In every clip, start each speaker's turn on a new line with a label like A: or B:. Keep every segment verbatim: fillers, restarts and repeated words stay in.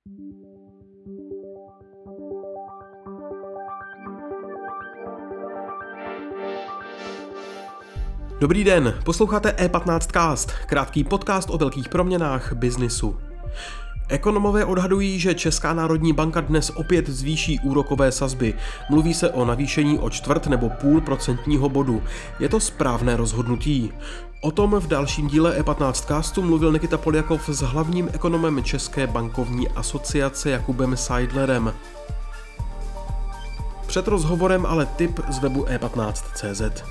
A: Dobrý den, posloucháte E patnáct Cast, krátký podcast o velkých proměnách biznisu. Ekonomové odhadují, že Česká národní banka dnes opět zvýší úrokové sazby. Mluví se o navýšení o čtvrt nebo půl procentního bodu. Je to správné rozhodnutí? O tom v dalším díle E patnáct Castu mluvil Nikita Poljakov s hlavním ekonomem České bankovní asociace Jakubem Seidlerem. Před rozhovorem ale tip z webu e patnáct tečka cé zet.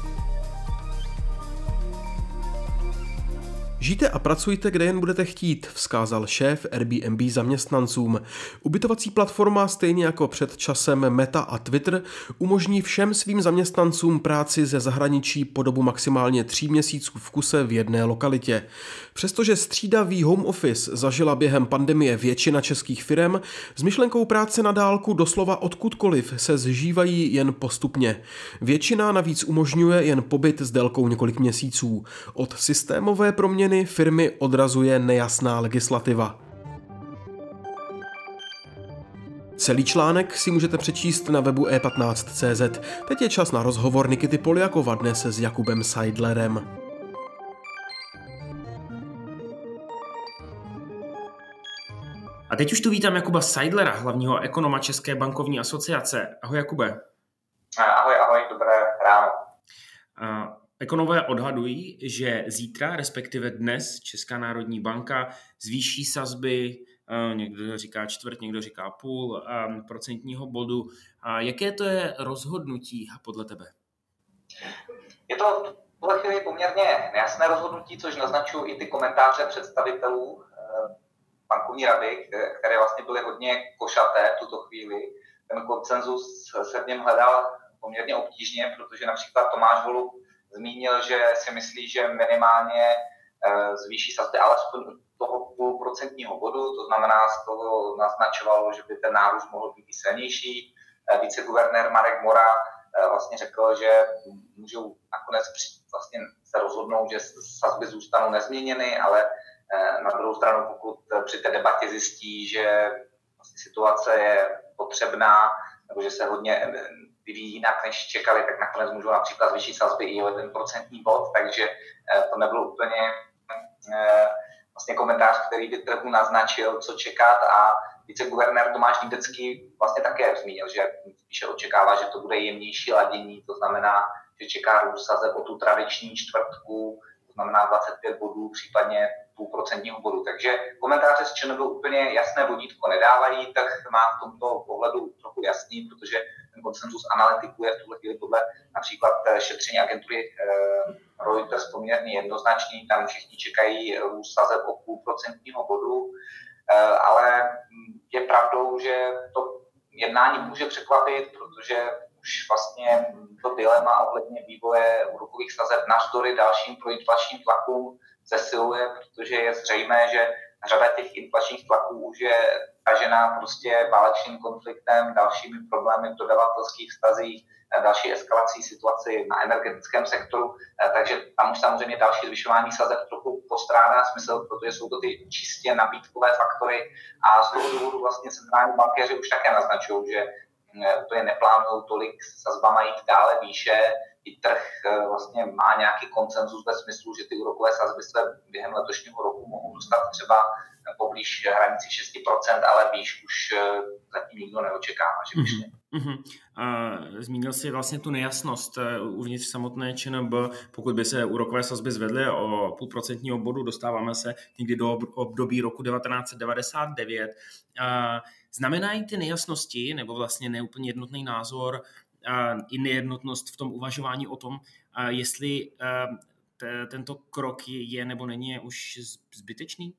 A: Žijte a pracujte, kde jen budete chtít, vzkázal šéf Airbnb zaměstnancům. Ubytovací platforma, stejně jako před časem Meta a Twitter, umožní všem svým zaměstnancům práci ze zahraničí po dobu maximálně tří měsíců v kuse v jedné lokalitě. Přestože střídavý home office zažila během pandemie většina českých firem, s myšlenkou práce na dálku doslova odkudkoliv se zžívají jen postupně. Většina navíc umožňuje jen pobyt s délkou několik měsíců. Od systémové proměny firmy odrazuje nejasná legislativa. Celý článek si můžete přečíst na webu e patnáct tečka cé zet. Teď je čas na rozhovor Nikity Poljakova dnes s Jakubem Seidlerem.
B: A teď už tu vítám Jakuba Seidlera, hlavního ekonoma České bankovní asociace. Ahoj Jakube.
C: Ahoj, ahoj, dobré ráno.
B: A Ekonomové odhadují, že zítra, respektive dnes, Česká národní banka zvýší sazby, někdo říká čtvrt, někdo říká půl procentního bodu. Jaké to je rozhodnutí podle tebe?
C: Je to v tuhle chvíli poměrně nejasné rozhodnutí, což naznačují i ty komentáře představitelů bankovní rady, které vlastně byly hodně košaté v tuto chvíli. Ten konsenzus se v něm hledal poměrně obtížně, protože například Tomáš Holub zmínil, že si myslí, že minimálně zvýší sazby alespoň toho půlprocentního bodu, to znamená, z toho naznačovalo, že by ten nárůst mohl být i silnější. Viceguvernér Marek Mora vlastně řekl, že můžou nakonec vlastně se rozhodnout, že sazby zůstanou nezměněny, ale na druhou stranu, pokud při té debatě zjistí, že vlastně situace je potřebná, nebo že se hodně vyvíjí jinak, než čekali, tak nakonec můžou například zvýšit sazby i o jeden procentní bod, takže to nebyl úplně vlastně komentář, který by trhu naznačil, co čekat, a viceguvernér Tomáš Nídecký vlastně také zmínil, že spíše očekává, že to bude jemnější ladění, to znamená, že čeká růst sazeb o tu tradiční čtvrtku, to znamená dvacet pět bodů, případně půl procentního bodu. Takže komentáře z ČNB úplně jasné vodítko nedávají, tak má v tomto pohledu trochu jasný, protože ten konsenzus analytiků je v tuhle chvíli podle například šetření agentury Reuters poměrně jednoznačný, tam všichni čekají růst sazeb o půl procentního bodu, ale je pravdou, že to jednání může překvapit, protože už vlastně to dilema ohledně vývoje úrokových sazeb navzdory dalším proinflačním tlakům zesiluje, protože je zřejmé, že řada těch inflačních tlaků už je tažená prostě válečným konfliktem, dalšími problémy v dodavatelských vztazích, další eskalací situaci na energetickém sektoru, takže tam už samozřejmě další zvyšování sazeb trochu postrádá smysl, protože jsou to ty čistě nabídkové faktory, a z toho důvodu vlastně centrální bankéři už také naznačují, že úplně neplánují tolik sazbama jít dále výše. I trh vlastně má nějaký konsenzus ve smyslu, že ty úrokové sazby se během letošního roku mohou dostat třeba poblíž hranici šest procent, ale výš už zatím nikdo neočekává, že vyšly.
B: Mm-hmm. Uh, zmínil jsi vlastně tu nejasnost uh, uvnitř samotné ČNB. Pokud by se úrokové sazby zvedly o půl procentního bodu, dostáváme se někdy do období roku devatenáct set devadesát devět. Uh, znamenají ty nejasnosti, nebo vlastně neúplně jednotný názor, uh, i nejednotnost v tom uvažování o tom, uh, jestli uh, t- tento krok je nebo není už zbytečný?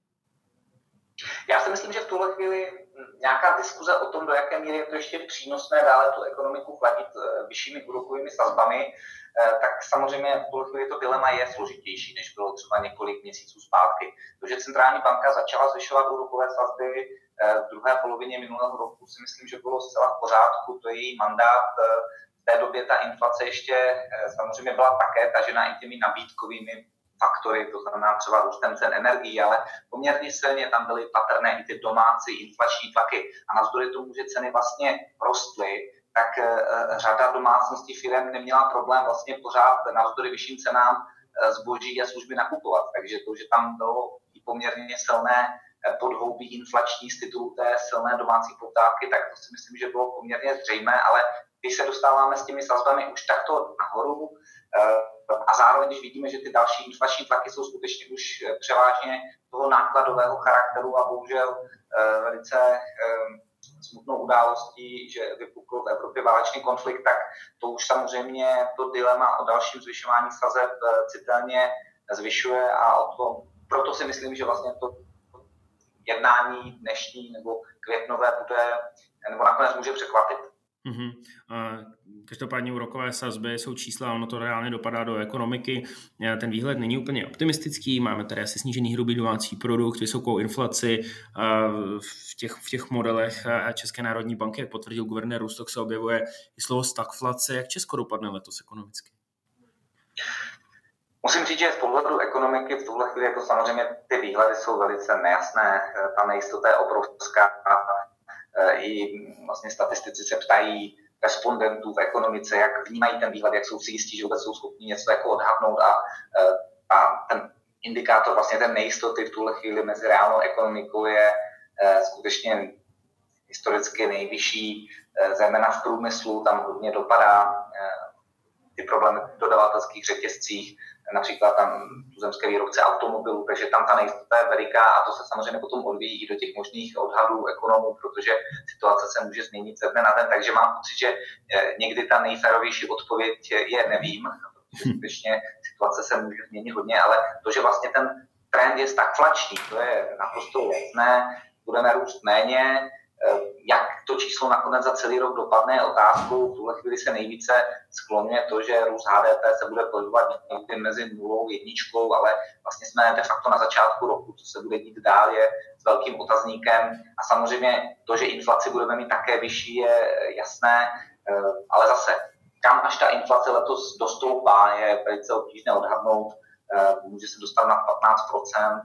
C: Já si myslím, že v tuhle chvíli nějaká diskuze o tom, do jaké míry je to ještě přínosné dále tu ekonomiku chladit vyššími úrokovými sazbami, tak samozřejmě v tuhle chvíli to dilema je složitější, než bylo třeba několik měsíců zpátky. To, že centrální banka začala zvyšovat úrokové sazby v druhé polovině minulého roku, si myslím, že bylo zcela v pořádku, to je její mandát. V té době ta inflace ještě samozřejmě byla také tažená i těmi nabídkovými faktory, to znamená třeba růstem cen energií, ale poměrně silně tam byly patrné i ty domácí inflační tlaky. A navzdory tomu, že ceny vlastně rostly, tak řada domácností firem neměla problém vlastně pořád navzdory vyšším cenám zboží a služby nakupovat. Takže to, že tam bylo i poměrně silné podhoubí inflační z titulu té silné domácí poptávky, tak to si myslím, že bylo poměrně zřejmé, ale když se dostáváme s těmi sazbami už takto nahoru a zároveň, když vidíme, že ty další inflační tlaky jsou skutečně už převážně toho nákladového charakteru a bohužel velice smutnou událostí, že vypukl v Evropě válečný konflikt, tak to už samozřejmě to dilema o dalším zvyšování sazeb citelně zvyšuje a o to, proto si myslím, že vlastně to jednání dnešní nebo květnové bude, nebo nakonec může překvapit.
B: Mm-hmm. Každopádně úrokové sazby jsou čísla, ono to reálně dopadá do ekonomiky. Ten výhled není úplně optimistický, máme tady asi snížený hrubý domácí produkt, vysokou inflaci v těch, v těch modelech České národní banky, jak potvrdil guvernér Rusnok, se objevuje i slovo stagflace. Jak Česko dopadne letos ekonomicky?
C: Musím říct, že z pohledu ekonomiky v tuhle chvíli jako samozřejmě ty výhledy jsou velice nejasné, ta nejistota je obrovská. I vlastně statistici se ptají respondentů v ekonomice, jak vnímají ten výhled, jak jsou si jistí, že vůbec jsou schopni něco jako odhadnout a, a ten indikátor, vlastně ten nejistoty v tuhle chvíli mezi reálnou ekonomikou je skutečně historicky nejvyšší, zejména v průmyslu, tam hodně dopadá ty problémy v dodavatelských řetězcích, například tam tuzemské výrobce automobilů, takže tam ta nejistota je veliká a to se samozřejmě potom odvíjí i do těch možných odhadů ekonomů, protože situace se může změnit ze dne na den, takže mám pocit, že někdy ta nejférovější odpověď je nevím, protože skutečně situace se může změnit hodně, ale to, že vlastně ten trend je stagflační, to je naprosto jasné, budeme růst méně. Jak to číslo nakonec za celý rok dopadne, je otázkou. V tuhle chvíli se nejvíce skloňuje to, že růst H D P se bude pohybovat někdy mezi nulou a jedničkou, ale vlastně jsme de facto na začátku roku, co se bude dít dál, je s velkým otazníkem. A samozřejmě to, že inflaci budeme mít také vyšší, je jasné, ale zase, kam až ta inflace letos dostoupá, je velice obtížné odhadnout. Může se dostat na patnáct procent,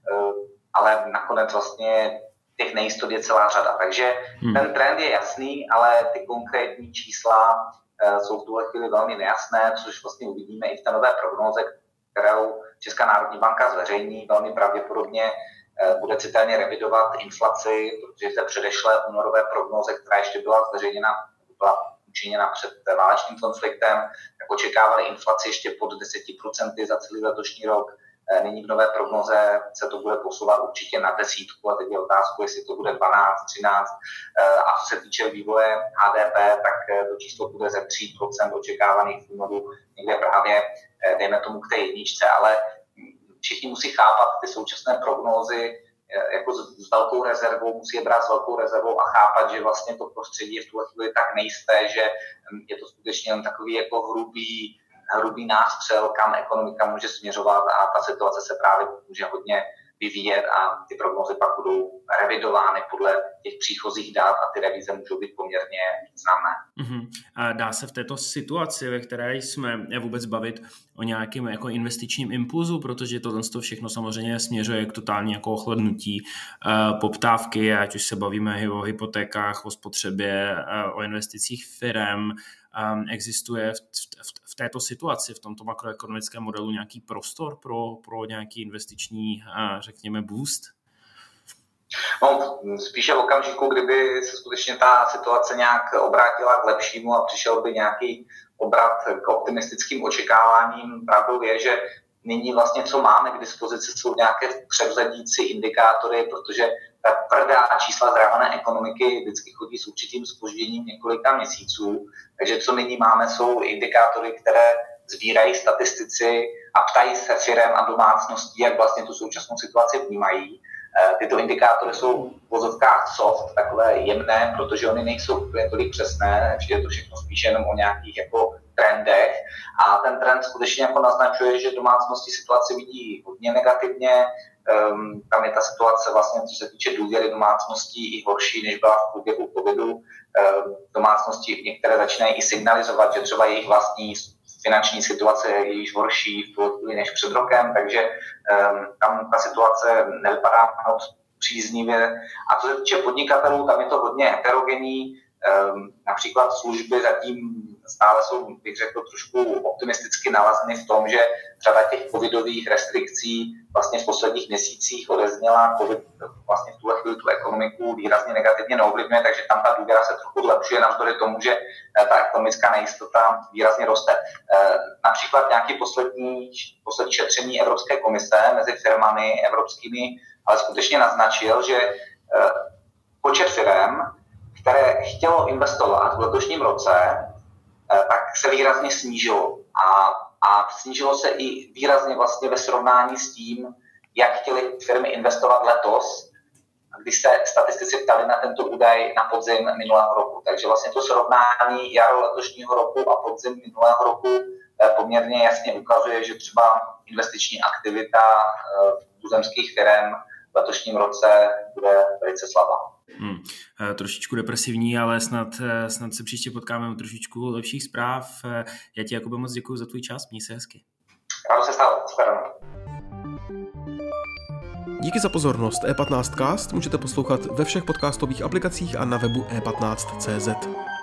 C: ale nakonec vlastně těch nejistot je celá řada. Takže hmm. ten trend je jasný, ale ty konkrétní čísla uh, jsou v tuhle chvíli velmi nejasné, což vlastně uvidíme i v té nové prognóze, kterou Česká národní banka zveřejní. Velmi pravděpodobně uh, bude citelně revidovat inflaci, protože se předešlé únorové prognóze, která ještě byla zveřejněna, byla učiněna před válečným konfliktem, tak očekávali inflaci ještě pod deset procent za celý letošní rok. Nyní v nové prognoze se to bude posouvat určitě na desítku a teď je otázku, jestli to bude dvanáct, třináct. A co se týče vývoje H D P, tak to číslo bude ze tří procent očekávaných v únoru někde právě, dejme tomu k té jedničce, ale všichni musí chápat ty současné prognózy jako s velkou rezervou, musí je brát s velkou rezervou a chápat, že vlastně to prostředí je v tuhle chvíli tak nejisté, že je to skutečně jen takový jako hrubý hrubý nástřel, kam ekonomika může směřovat a ta situace se právě může hodně vyvíjet a ty prognózy pak budou revidovány podle těch příchozích dat a ty revize můžou být poměrně významné.
B: Uh-huh. A dá se v této situaci, ve které jsme vůbec bavit o nějakém jako investičním impulzu, protože tohle všechno samozřejmě směřuje k totální jako ochladnutí uh, poptávky, ať už se bavíme o hypotékách, o spotřebě, uh, o investicích firem. Um, existuje v, v, v této situaci, v tomto makroekonomickém modelu nějaký prostor pro, pro nějaký investiční, uh, řekněme, boost?
C: No, spíše v okamžiku, kdyby se skutečně ta situace nějak obrátila k lepšímu a přišel by nějaký obrat k optimistickým očekáváním. Pravdou je, že nyní vlastně, co máme k dispozici, jsou nějaké převzadící indikátory, protože ta tvrdá čísla z reálné ekonomiky vždycky chodí s určitým zpožděním několika měsíců. Takže co nyní máme, jsou indikátory, které sbírají statistici a ptají se firem a domácností, jak vlastně tu současnou situaci vnímají. Tyto indikátory jsou v vozovkách soft, takové jemné, protože oni nejsou úplně tolik přesné, je to všechno spíše jenom o nějakých jako trendech a ten trend skutečně jako naznačuje, že domácnosti situaci vidí hodně negativně, um, tam je ta situace vlastně, co se týče důvěry domácností, i horší, než byla v průběhu covidu. Um, domácnosti některé začínají i signalizovat, že třeba jejich vlastní finanční situace je již horší v tu chvíli než před rokem, takže um, tam ta situace nevypadá moc příznivě. A co se týče podnikatelů, tam je to hodně heterogenní. Um, například služby zatím stále jsou, bych řekl, trošku optimisticky nalazeny v tom, že řada těch covidových restrikcí vlastně v posledních měsících odezněla. Covid vlastně v tuhle chvíli tu ekonomiku výrazně negativně neovlivňuje, takže tam ta důvěra se trochu zlepšuje navzdory tomu, že ta ekonomická nejistota výrazně roste. Například nějaké poslední, poslední šetření Evropské komise mezi firmami evropskými ale skutečně naznačil, že počet firem, které chtělo investovat v letošním roce, tak se výrazně snížilo. A, a snížilo se i výrazně vlastně ve srovnání s tím, jak chtěly firmy investovat letos, když se statistici ptali na tento údaj na podzim minulého roku. Takže vlastně to srovnání jaro letošního roku a podzim minulého roku poměrně jasně ukazuje, že třeba investiční aktivita tuzemských firm v letošním roce bude velice slabá.
B: Hmm. Trošičku depresivní, ale snad, snad se příště potkáme u trošičku lepších zpráv. Já ti, Jakube, moc děkuji za tvůj čas, měj se hezky.
C: Rádo se stalo, shledanou.
A: Díky za pozornost. E patnáct cast můžete poslouchat ve všech podcastových aplikacích a na webu e patnáct tečka cé zet.